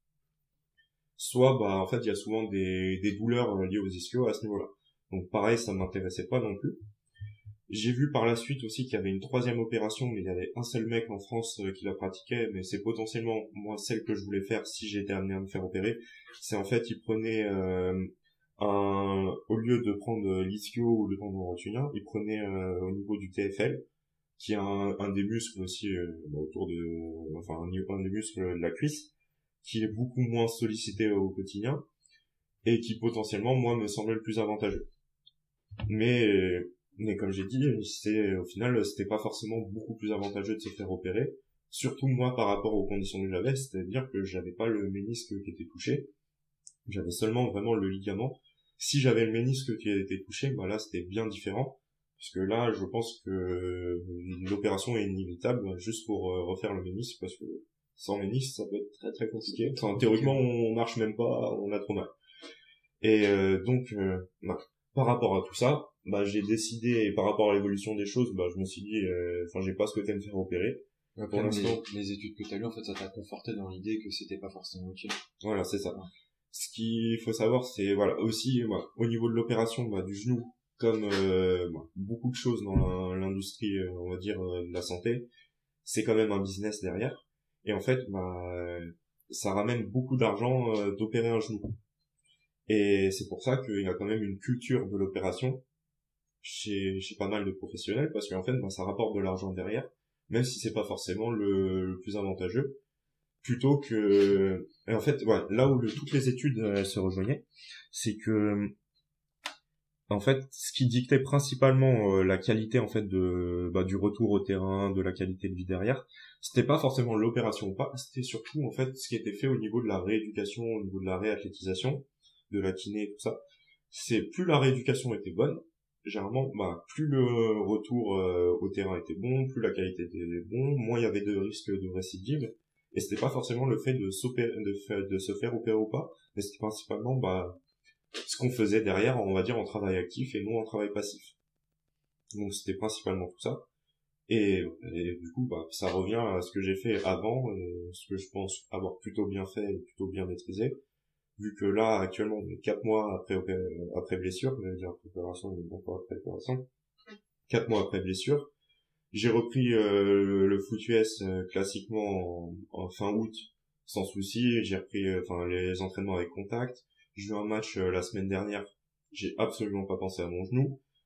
soit, bah, en fait, il y a souvent des, des douleurs euh, liées aux ischios à ce niveau-là. Donc, pareil, ça m'intéressait pas non plus. J'ai vu par la suite aussi qu'il y avait une troisième opération, mais il y avait un seul mec en France euh, qui la pratiquait, mais c'est potentiellement, moi, celle que je voulais faire si j'étais amené à me faire opérer. C'est en fait, il prenait, euh, un, au lieu de prendre l'ischio ou le tendon rotulien, il prenait euh, au niveau du T F L, qui est un, un des muscles aussi euh, autour de, enfin un, un des muscles de la cuisse, qui est beaucoup moins sollicité au quotidien et qui potentiellement moi me semblait le plus avantageux. Mais mais comme j'ai dit, c'est au final c'était pas forcément beaucoup plus avantageux de se faire opérer, surtout moi par rapport aux conditions que j'avais, c'est-à-dire que j'avais pas le ménisque qui était touché, j'avais seulement vraiment le ligament. Si j'avais le ménisque qui était touché, bah là c'était bien différent. Parce que là, je pense que l'opération est inévitable juste pour euh, refaire le ménisque, parce que sans ménisque, ça peut être très très compliqué. Enfin, théoriquement, on marche même pas, on a trop mal. Et euh, donc, euh, bah, par rapport à tout ça, bah, j'ai décidé, et par rapport à l'évolution des choses, bah, je me suis dit, euh, enfin, j'ai pas souhaité me faire opérer.
Ouais, pour l'instant, les, les études que t'as lues, en fait, ça t'a conforté dans l'idée que c'était pas forcément utile.
Voilà, c'est ça. Ouais. Ce qu'il faut savoir, c'est, voilà, aussi, bah, au niveau de l'opération, bah, du genou, comme euh, bah, beaucoup de choses dans l'industrie, euh, on va dire, euh, de la santé, c'est quand même un business derrière. Et en fait, bah, ça ramène beaucoup d'argent euh, d'opérer un genou. Et c'est pour ça qu'il y a quand même une culture de l'opération chez, chez pas mal de professionnels, parce qu'en fait, bah, ça rapporte de l'argent derrière, même si c'est pas forcément le, le plus avantageux. Plutôt que, et en fait, ouais, là où le, toutes les études euh, se rejoignaient, c'est que en fait, ce qui dictait principalement euh, la qualité en fait de bah, du retour au terrain, de la qualité de vie derrière, c'était pas forcément l'opération ou pas, c'était surtout en fait ce qui était fait au niveau de la rééducation, au niveau de la réathlétisation, de la kiné et tout ça. C'est plus la rééducation était bonne, généralement, bah plus le retour euh, au terrain était bon, plus la qualité était bon, moins il y avait de risque de récidive. Et c'était pas forcément le fait de s'opérer, de, fa- de se faire opérer ou pas, mais c'était principalement bah ce qu'on faisait derrière, on va dire, en travail actif et non en travail passif. Donc c'était principalement tout ça. Et, et du coup, bah, ça revient à ce que j'ai fait avant, et ce que je pense avoir plutôt bien fait et plutôt bien maîtrisé. Vu que là, actuellement, on est quatre mois après, après blessure, je vais dire après opération, mais bon, pas après opération. Quatre mois après blessure. J'ai repris euh, le foot U S euh, classiquement en, en fin août, sans souci. J'ai repris euh, enfin les entraînements avec contact. J'ai eu un match euh, la semaine dernière. J'ai absolument pas pensé à mon genou.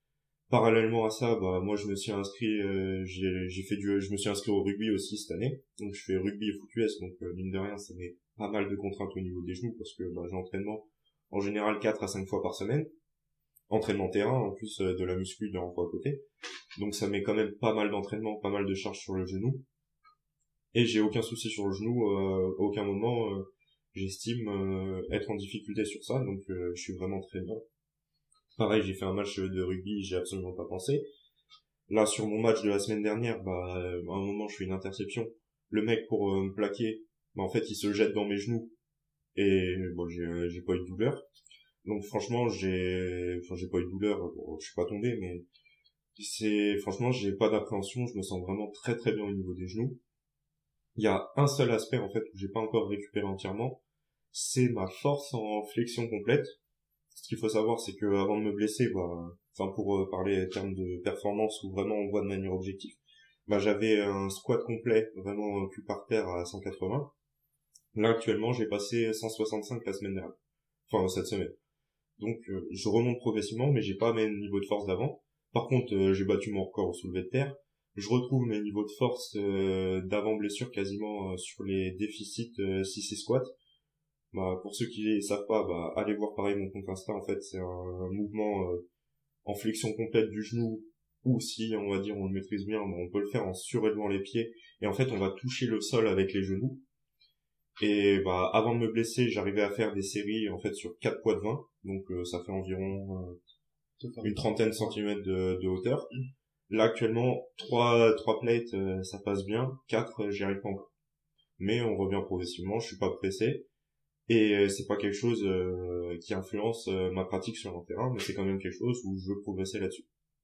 Parallèlement à ça, bah moi je me suis inscrit, euh, j'ai j'ai fait du, je me suis inscrit au rugby aussi cette année. Donc je fais rugby et foot U S, donc euh, mine de rien ça met pas mal de contraintes au niveau des genoux parce que bah, j'ai entraînement en général quatre à cinq fois par semaine, entraînement terrain en plus euh, de la muscu d'un fois à côté. Donc ça met quand même pas mal d'entraînement, pas mal de charge sur le genou. Et j'ai aucun souci sur le genou, euh, à aucun moment euh, j'estime euh, être en difficulté sur ça, donc euh, je suis vraiment très bien. Pareil, j'ai fait un match de rugby, j'ai absolument pas pensé. Là, sur mon match de la semaine dernière, bah, euh, à un moment, je fais une interception. Le mec, pour euh, me plaquer, bah, en fait, il se jette dans mes genoux. Et bon, j'ai, euh, j'ai pas eu de douleur. Donc, franchement, j'ai, enfin, j'ai pas eu de douleur. Bon, je suis pas tombé, mais c'est, franchement, j'ai pas d'appréhension. Je me sens vraiment très très bien au niveau des genoux. Il y a un seul aspect, en fait, où j'ai pas encore récupéré entièrement. C'est ma force en flexion complète. Ce qu'il faut savoir, c'est que avant de me blesser, bah, enfin pour euh, parler en termes de performance ou vraiment on voit de manière objective, bah j'avais un squat complet vraiment cul par terre à cent quatre-vingts. Là actuellement, j'ai passé cent soixante-cinq la semaine dernière, enfin cette semaine. Donc euh, je remonte progressivement, mais j'ai pas mes niveaux de force d'avant. Par contre, euh, j'ai battu mon record au soulevé de terre. Je retrouve mes niveaux de force euh, d'avant blessure quasiment euh, sur les déficits euh, six et squat. Bah, pour ceux qui ne savent pas, bah, allez voir pareil mon compte Insta, en fait, c'est un, un mouvement euh, en flexion complète du genou, ou si, on va dire, on le maîtrise bien, bah, on peut le faire en surélevant les pieds, et en fait, on va toucher le sol avec les genoux. Et bah, avant de me blesser, j'arrivais à faire des séries, en fait, sur quatre poids de vingt, donc euh, ça fait environ euh, une trentaine de centimètres de, de hauteur. Là, actuellement, trois, trois plates, euh, ça passe bien, quatre, euh, j'y arrive pas encore. Mais on revient progressivement, je suis pas pressé. Et euh, c'est pas quelque chose euh, qui influence euh, ma pratique sur le terrain, mais c'est quand même quelque chose où je veux progresser là-dessus.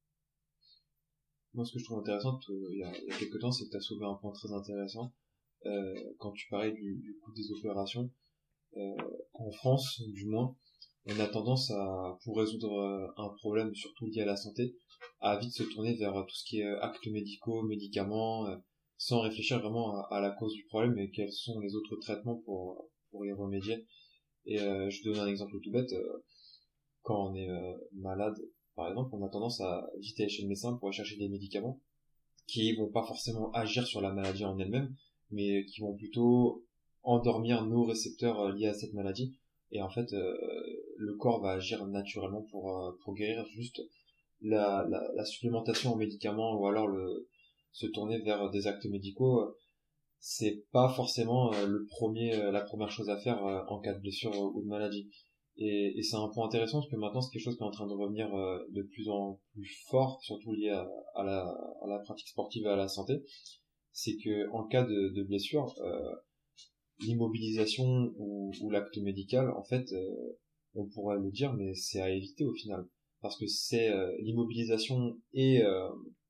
Moi, ce que je trouve intéressant, euh, il y, a, il y a quelques temps, c'est que tu as soulevé un point très intéressant. Euh, quand tu parlais du, du coût des opérations, euh, en France, du moins, on a tendance à, pour résoudre euh, un problème surtout lié à la santé, à vite se tourner vers tout ce qui est actes médicaux, médicaments, euh, sans réfléchir vraiment à, à la cause du problème et quels sont les autres traitements pour, pour y remédier. Et euh, je donne un exemple tout bête. Euh, quand on est euh, malade, par exemple, on a tendance à vite aller chez le médecin pour aller chercher des médicaments qui vont pas forcément agir sur la maladie en elle-même, mais qui vont plutôt endormir nos récepteurs euh, liés à cette maladie. Et en fait, euh, le corps va agir naturellement pour euh, pour guérir. Juste la, la, la supplémentation en médicaments ou alors le se tourner vers des actes médicaux, euh, c'est pas forcément euh, le premier euh, la première chose à faire euh, en cas de blessure ou de maladie. Et, et c'est un point intéressant parce que maintenant c'est quelque chose qui est en train de revenir euh, de plus en plus fort, surtout lié à, à, la, à la pratique sportive et à la santé. C'est que en cas de, de blessure, euh, l'immobilisation ou, ou l'acte médical, en fait, euh, on pourrait le dire, mais c'est à éviter au final, parce que c'est euh, l'immobilisation et euh,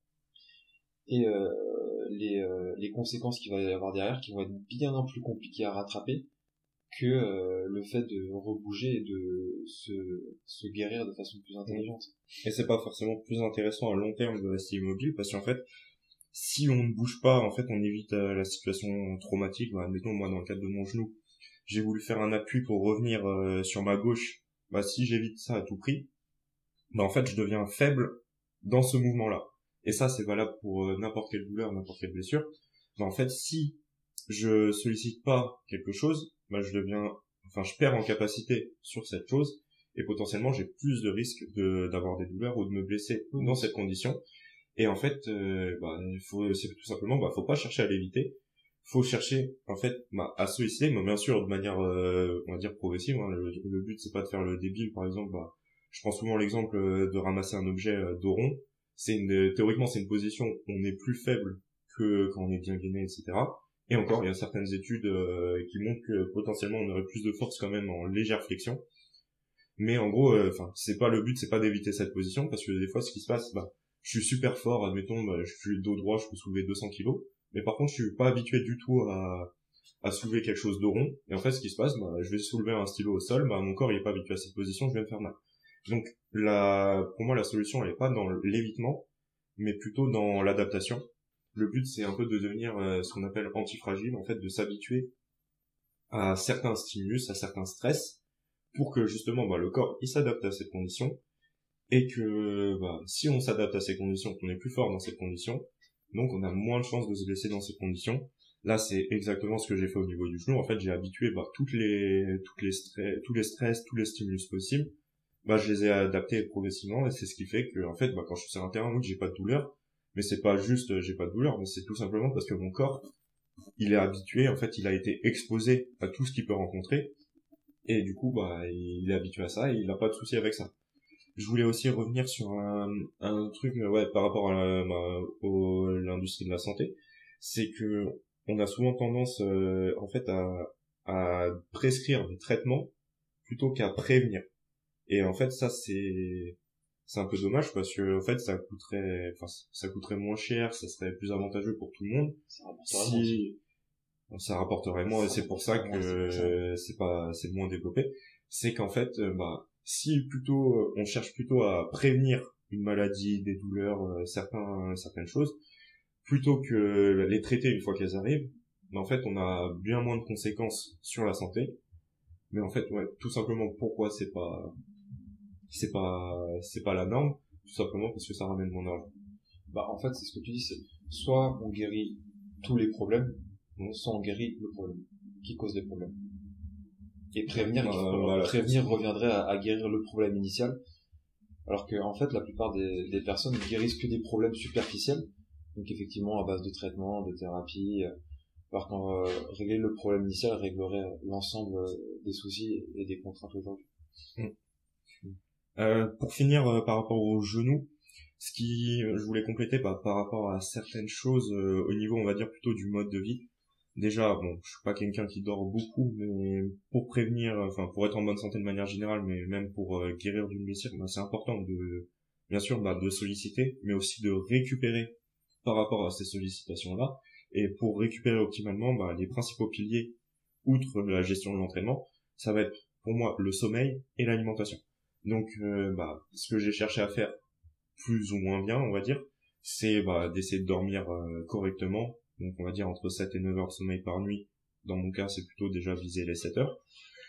et euh, les euh, les conséquences qu'il va y avoir derrière qui vont être bien plus compliquées à rattraper que euh, le fait de rebouger et de se, se guérir de façon plus intelligente.
Et c'est pas forcément plus intéressant à long terme de rester immobile, parce qu'en fait, si on ne bouge pas, en fait, on évite euh, la situation traumatique. Bah, admettons, moi, dans le cadre de mon genou, j'ai voulu faire un appui pour revenir euh, sur ma gauche. Bah, si j'évite ça à tout prix, bah, en fait, je deviens faible dans ce mouvement-là. Et ça, c'est valable pour euh, n'importe quelle douleur, n'importe quelle blessure. Bah, en fait, si je sollicite pas quelque chose, bah, je deviens, enfin, je perds en capacité sur cette chose, et potentiellement, j'ai plus de risques de, d'avoir des douleurs ou de me blesser mmh. dans cette condition. Et en fait, euh, bah, il faut, c'est tout simplement, bah, faut pas chercher à l'éviter. Faut chercher, en fait, bah, à solliciter, mais bien sûr, de manière, euh, on va dire, progressive, hein. Le, le but, c'est pas de faire le débile, par exemple, bah, je prends souvent l'exemple de ramasser un objet euh, dos rond. C'est une, théoriquement, c'est une position où on est plus faible que quand on est bien gainé, et cetera. Et encore, il y a certaines études euh, qui montrent que potentiellement on aurait plus de force quand même en légère flexion. Mais en gros, enfin, euh, c'est pas le but, c'est pas d'éviter cette position, parce que des fois, ce qui se passe, bah, je suis super fort, admettons, bah, je suis dos droit, je peux soulever deux cents kilos, mais par contre, je suis pas habitué du tout à, à soulever quelque chose de rond. Et en fait, ce qui se passe, bah, je vais soulever un stylo au sol, bah, mon corps il est pas habitué à cette position, je vais me faire mal. Donc, la, pour moi, la solution, elle est pas dans l'évitement, mais plutôt dans l'adaptation. Le but, c'est un peu de devenir euh, ce qu'on appelle antifragile, en fait, de s'habituer à certains stimulus, à certains stress, pour que justement, bah, le corps, il s'adapte à cette condition, et que bah, si on s'adapte à ces conditions, qu'on est plus fort dans ces conditions, donc on a moins de chances de se blesser dans ces conditions. Là, c'est exactement ce que j'ai fait au niveau du genou. En fait, j'ai habitué bah, toutes les, toutes les stress, tous les stress, tous les stimulus possibles. Bah, je les ai adaptés progressivement, et c'est ce qui fait que, en fait, bah, quand je suis sur un terrain, oui, j'ai pas de douleur. Mais c'est pas juste, euh, j'ai pas de douleur, mais c'est tout simplement parce que mon corps, il est habitué, en fait, il a été exposé à tout ce qu'il peut rencontrer. Et du coup, bah, il est habitué à ça, et il a pas de souci avec ça. Je voulais aussi revenir sur un, un truc, ouais, par rapport à, bah, au, l'industrie de la santé. C'est que, on a souvent tendance, euh, en fait, à, à prescrire des traitements plutôt qu'à prévenir. Et en fait, ça, c'est, c'est un peu dommage parce que, en fait, ça coûterait, enfin, ça coûterait moins cher, ça serait plus avantageux pour tout le monde.
Ça rapporterait moins
Si,
aussi.
ça rapporterait moins, et c'est pour ça que c'est pas, c'est moins développé. C'est qu'en fait, euh, bah, si plutôt, euh, on cherche plutôt à prévenir une maladie, des douleurs, euh, certains, certaines choses, plutôt que les traiter une fois qu'elles arrivent, bah, en fait, on a bien moins de conséquences sur la santé. Mais en fait, ouais, tout simplement, pourquoi c'est pas, c'est pas, c'est pas la norme? Tout simplement parce que ça ramène moins d'argent.
Bah, en fait, c'est ce que tu dis, c'est soit on guérit tous les problèmes, soit on guérit le problème qui cause les problèmes. Et prévenir,
Euh, voilà,
prévenir reviendrait à, à guérir le problème initial, alors que en fait, la plupart des, des personnes ne guérissent que des problèmes superficiels, donc effectivement à base de traitement, de thérapie. Alors qu'en euh, régler le problème initial réglerait l'ensemble des soucis et des contraintes aujourd'hui.
Mmh. Euh, pour finir, euh, par rapport au genou, ce qui, euh, je voulais compléter bah, par rapport à certaines choses euh, au niveau, on va dire plutôt du mode de vie. Déjà, bon, je suis pas quelqu'un qui dort beaucoup, mais pour prévenir, enfin pour être en bonne santé de manière générale, mais même pour euh, guérir d'une blessure, bah, c'est important de, bien sûr, bah, de solliciter, mais aussi de récupérer par rapport à ces sollicitations-là. Et pour récupérer optimalement, bah, les principaux piliers, outre la gestion de l'entraînement, ça va être pour moi le sommeil et l'alimentation. Donc, euh, bah, ce que j'ai cherché à faire plus ou moins bien, on va dire, c'est bah, d'essayer de dormir euh, correctement. Donc, on va dire entre sept et neuf heures de sommeil par nuit. Dans mon cas, c'est plutôt déjà viser les sept heures.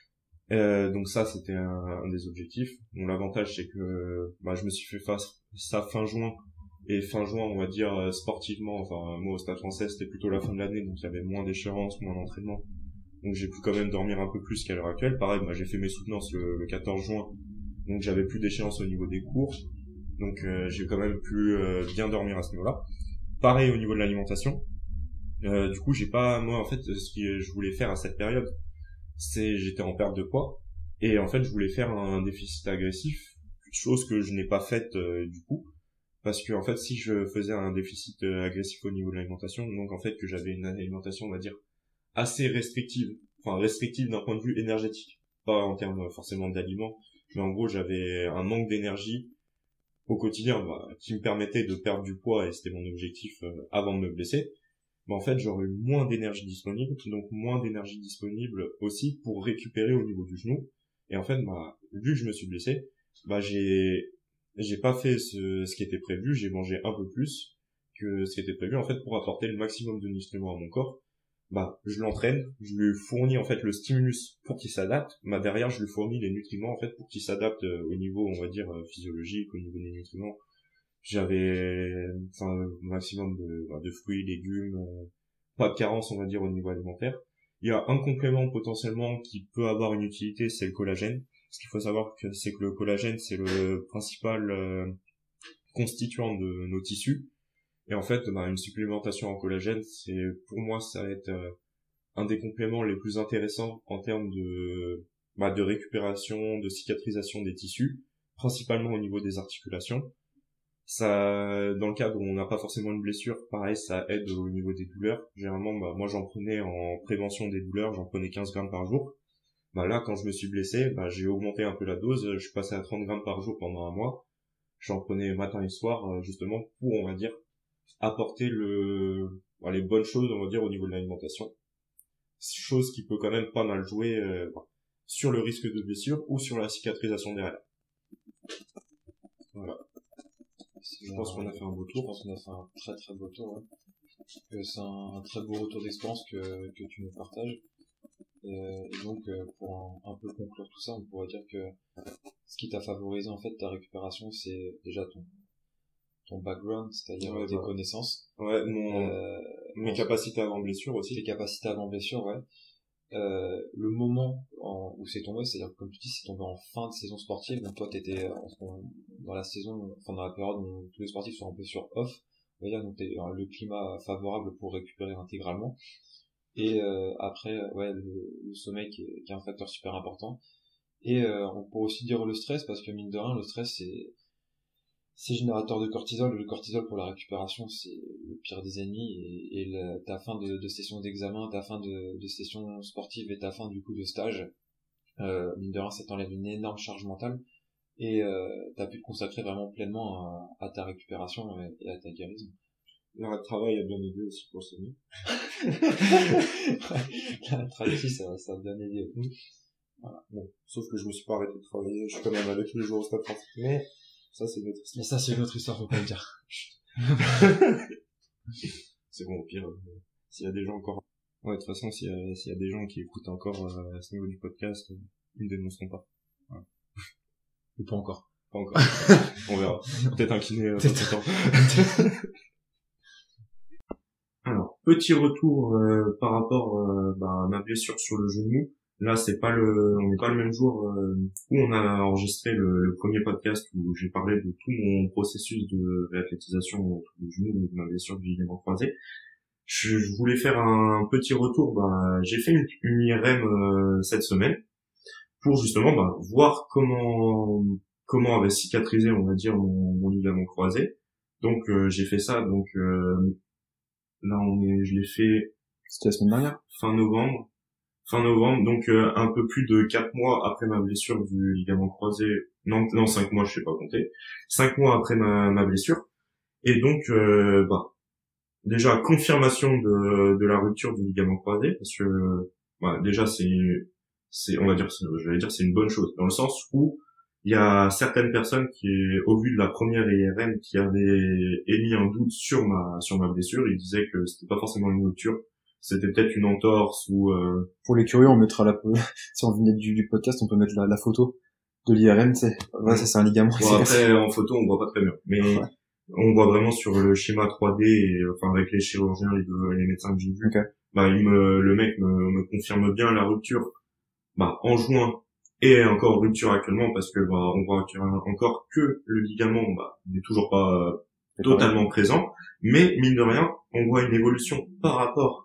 Euh, donc ça, c'était un, un des objectifs. Bon, l'avantage, c'est que bah, je me suis fait face ça fin juin. Et fin juin, on va dire euh, sportivement, enfin moi au Stade Français, c'était plutôt la fin de l'année, donc il y avait moins d'échéances, moins d'entraînement. Donc j'ai pu quand même dormir un peu plus qu'à l'heure actuelle. Pareil, bah, j'ai fait mes soutenances le, le quatorze juin, donc j'avais plus d'échéance au niveau des cours. Donc euh, j'ai quand même pu euh, bien dormir à ce niveau-là. Pareil au niveau de l'alimentation. Euh, du coup, j'ai pas, moi en fait, ce que je voulais faire à cette période, c'est j'étais en perte de poids et en fait je voulais faire un déficit agressif, chose que je n'ai pas faite euh, du coup, parce que en fait si je faisais un déficit euh, agressif au niveau de l'alimentation, donc en fait que j'avais une alimentation on va dire assez restrictive, enfin restrictive d'un point de vue énergétique, pas en termes forcément d'aliments, mais en gros j'avais un manque d'énergie au quotidien bah, qui me permettait de perdre du poids et c'était mon objectif euh, avant de me blesser. Bah, en fait, j'aurais eu moins d'énergie disponible, donc moins d'énergie disponible aussi pour récupérer au niveau du genou. Et en fait, bah, vu que je me suis blessé, bah, j'ai, j'ai pas fait ce, ce qui était prévu, j'ai mangé un peu plus que ce qui était prévu, en fait, pour apporter le maximum de nutriments à mon corps. Bah, je l'entraîne, je lui fournis, en fait, le stimulus pour qu'il s'adapte, bah, derrière, je lui fournis les nutriments, en fait, pour qu'il s'adapte au niveau, on va dire, physiologique, au niveau des nutriments. J'avais enfin maximum de, de fruits, légumes, euh, pas de carence on va dire au niveau alimentaire. Il y a un complément potentiellement qui peut avoir une utilité, c'est le collagène. Ce qu'il faut savoir, que c'est que le collagène, c'est le principal euh, constituant de nos tissus. Et en fait, bah, une supplémentation en collagène, c'est pour moi, ça va être euh, un des compléments les plus intéressants en termes de, bah, de récupération, de cicatrisation des tissus, principalement au niveau des articulations. Ça, dans le cadre où on n'a pas forcément une blessure, pareil, ça aide au niveau des douleurs. Généralement, bah, moi, j'en prenais en prévention des douleurs, j'en prenais quinze grammes par jour. Bah, là, quand je me suis blessé, bah, j'ai augmenté un peu la dose, je suis passé à trente grammes par jour pendant un mois. J'en prenais matin et soir, justement, pour, on va dire, apporter le, bah, les bonnes choses, on va dire, au niveau de l'alimentation. Chose qui peut quand même pas mal jouer, euh, bah, sur le risque de blessure ou sur la cicatrisation derrière. Voilà. Je pense qu'on a fait un beau tour.
Je pense qu'on a fait un très très beau tour. Ouais. Que c'est un, un très beau retour d'expérience que, que tu nous partages. Et, et donc, pour un, un peu conclure tout ça, on pourrait dire que ce qui t'a favorisé en fait ta récupération, c'est déjà ton ton background, c'est-à-dire
ouais,
tes
bah.
connaissances,
ouais, mon,
euh,
mes capacités avant blessure aussi.
tes capacités avant blessure, ouais. Euh, le moment en, où c'est tombé, c'est-à-dire que comme tu dis, c'est tombé en fin de saison sportive, donc toi t'étais en, dans la saison, enfin dans la période où tous les sportifs sont un peu sur off, on va dire, donc t'es le climat favorable pour récupérer intégralement. Et euh, après, ouais, le, le sommeil qui est, qui est un facteur super important. Et euh, on peut aussi dire le stress, parce que mine de rien, le stress c'est c'est générateur de cortisol. Le cortisol pour la récupération, c'est le pire des ennemis. Et, et la, ta fin de, de session d'examen, ta fin de, de session sportive et ta fin du coup de stage, euh, mine de rien, ça t'enlève une énorme charge mentale. Et euh, t'as pu te consacrer vraiment pleinement à, à ta récupération et, et à ta guérison.
Le travail a bien aidé aussi pour le sommeil.
Le travail aussi, ça, ça a bien aidé.
Mmh. Voilà. Bon, sauf que je me suis pas arrêté de travailler, je suis quand même allé tous les jours au stade français. Mais ça, c'est une autre histoire.
Mais ça, c'est une autre histoire, faut pas le dire.
C'est bon, au pire, euh, s'il y a des gens encore... Ouais, de toute façon, s'il y a, s'il y a des gens qui écoutent encore euh, à ce niveau du podcast, euh, ils ne dénonceront pas. Voilà.
Ou pas encore.
Pas encore. On verra. Peut-être un kiné euh,
Peut-être.
temps. Alors, petit retour euh, par rapport euh, bah, à ma blessure sur le genou. Là, c'est pas le, on n'est pas le même jour euh, où on a enregistré le, le premier podcast où j'ai parlé de tout mon processus de réathlétisation autour du genou et de ma blessure du ligament croisé. Je, je voulais faire un petit retour. Bah, j'ai fait une, une I R M euh, cette semaine pour justement bah, voir comment comment avait cicatrisé, on va dire, mon, mon ligament croisé. Donc euh, j'ai fait ça. Donc euh, là, on est, je l'ai fait.
C'était la semaine dernière.
Fin novembre. Fin novembre, donc euh, un peu plus de quatre mois après ma blessure du ligament croisé. Non, non, cinq mois, je sais pas compter. Cinq mois après ma, ma blessure. Et donc, euh, bah, déjà confirmation de, de la rupture du ligament croisé, parce que bah, déjà c'est, c'est, on va dire, je vais dire, c'est une bonne chose, dans le sens où il y a certaines personnes qui, au vu de la première I R M, qui avaient émis un doute sur ma sur ma blessure, ils disaient que c'était pas forcément une rupture. C'était peut-être une entorse ou... Euh...
Pour les curieux, on mettra la... si on venait du, du podcast, on peut mettre la, la photo de l'I R M, tu sais. Ouais, ça c'est un ligament.
Bon, après, en photo, on voit pas très bien. Mais ouais. On voit vraiment sur le schéma trois D, et, enfin, avec les chirurgiens, les, deux, les médecins que j'ai vus.
Okay.
Bah, il me, le mec me, me confirme bien la rupture. Bah, en juin, et encore rupture actuellement, parce que, bah, on voit encore que le ligament, bah, n'est toujours pas euh, totalement présent. Mais, mine de rien, on voit une évolution par rapport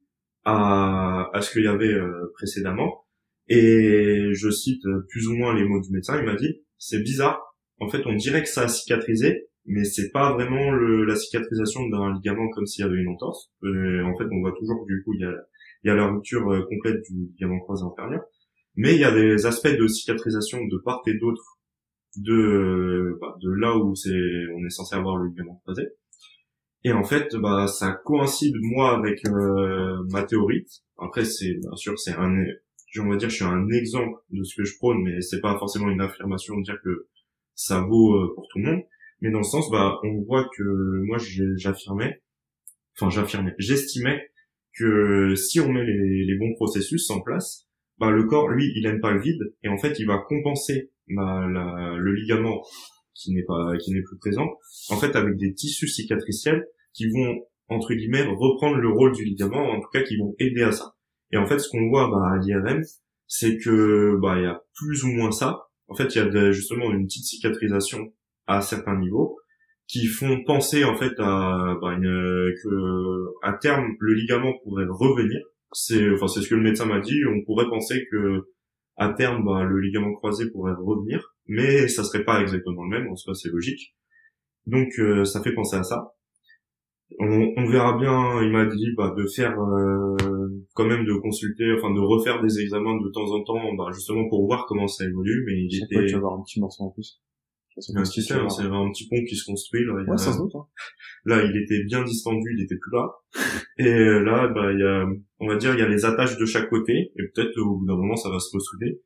à, à ce qu'il y avait euh, précédemment. Et je cite euh, plus ou moins les mots du médecin, il m'a dit, c'est bizarre, en fait on dirait que ça a cicatrisé, mais c'est pas vraiment le, la cicatrisation d'un ligament comme s'il y avait une entorse. Et en fait on voit toujours du coup il y a, il y a la rupture euh, complète du ligament croisé inférieur, mais il y a des aspects de cicatrisation de part et d'autre de, euh, bah, de là où c'est, on est censé avoir le ligament croisé. Et en fait, bah, ça coïncide moi avec euh, ma théorie. Après, c'est bien sûr, c'est un, on va dire, je suis un exemple de ce que je prône, mais c'est pas forcément une affirmation de dire que ça vaut euh, pour tout le monde. Mais dans le sens, bah, on voit que moi, j'affirmais, enfin, j'affirmais, j'estimais que si on met les, les bons processus en place, bah, le corps, lui, il aime pas le vide, et en fait, il va compenser bah, la, le ligament qui n'est pas, qui n'est plus présent, en fait, avec des tissus cicatriciels qui vont, entre guillemets, reprendre le rôle du ligament, en tout cas, qui vont aider à ça. Et en fait, ce qu'on voit, bah, à l'I R M, c'est que, bah, il y a plus ou moins ça. En fait, il y a de, justement une petite cicatrisation à certains niveaux qui font penser, en fait, à, bah, une, que, à terme, le ligament pourrait revenir. C'est, enfin, c'est ce que le médecin m'a dit. On pourrait penser que, à terme, bah, le ligament croisé pourrait revenir, mais ça serait pas exactement le même, en soi c'est logique. Donc euh, ça fait penser à ça. On, on verra bien, il m'a dit bah, de faire euh, quand même de consulter, enfin de refaire des examens de temps en temps, bah, justement pour voir comment ça évolue, mais il était...
Quoi, tu vas avoir un petit morceau en plus.
C'est un petit, c'est un petit pont qui se construit là.
Ouais, ça se doute. Hein.
Là, il était bien distendu, il était plus là. Et là, bah, il y a, on va dire, il y a les attaches de chaque côté, et peut-être au bout d'un moment, ça va se ressouder.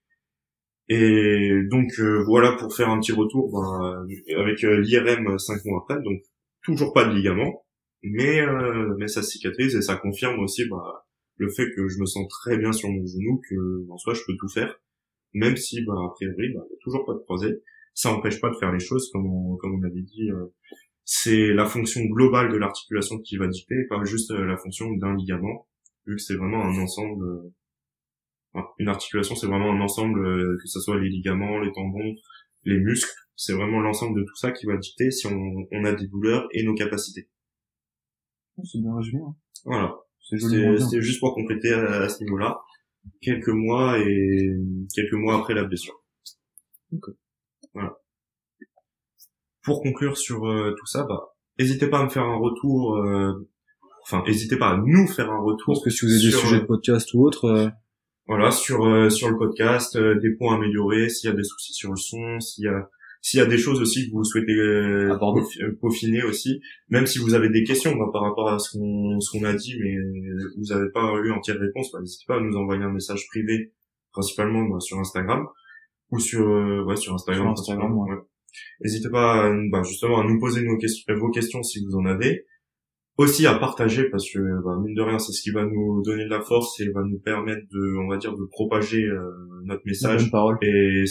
Et donc euh, voilà pour faire un petit retour, bah, avec euh, l'I R M cinq mois après, donc toujours pas de ligament, mais euh, mais ça cicatrise et ça confirme aussi bah, le fait que je me sens très bien sur mon genou, que en soi je peux tout faire. même si, bah, a priori, bah, il y a toujours pas de croisée. Ça n'empêche pas de faire les choses comme on, comme on avait dit. Euh, c'est la fonction globale de l'articulation qui va dicter, et pas juste euh, la fonction d'un ligament, vu que c'est vraiment un ensemble. Euh, enfin, une articulation, c'est vraiment un ensemble, euh, que ce soit les ligaments, les tendons, les muscles. C'est vraiment l'ensemble de tout ça qui va dicter si on, on a des douleurs et nos capacités.
C'est bien résumé. Hein.
Voilà.
C'est
C'était, c'était juste pour compléter à, à ce niveau-là. Quelques mois et quelques mois après la blessure.
Okay.
Voilà. Pour conclure sur euh, tout ça, bah, n'hésitez pas à me faire un retour. Euh, enfin, n'hésitez pas à nous faire un retour.
Parce que si vous avez des sujets de podcast ou autre. Euh...
Voilà, sur euh, sur le podcast, euh, des points améliorés, s'il y a des soucis sur le son, s'il y a s'il y a des choses aussi que vous souhaitez euh, peaufiner aussi, même si vous avez des questions bah, par rapport à ce qu'on ce qu'on a dit, mais vous n'avez pas eu entière réponse, bah, n'hésitez pas à nous envoyer un message privé, principalement bah, sur Instagram ou sur euh, ouais sur Instagram.
Sur Instagram, ouais.
Ouais. N'hésitez pas à, bah, justement à nous poser nos questions, vos questions si vous en avez. Aussi à partager parce que bah, mine de rien c'est ce qui va nous donner de la force et va nous permettre de on va dire de propager euh, notre message et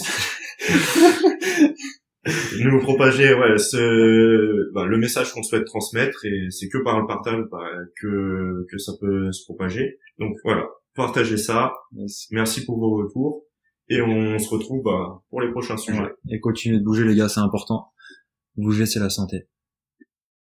nous propager ouais ce bah, le message qu'on souhaite transmettre et c'est que par le partage bah, que que ça peut se propager. Donc voilà, partagez ça. Merci pour vos retours et on se retrouve bah, pour les prochains sujets.
Ouais. Et continuez de bouger les gars, c'est important. Bouger c'est la santé.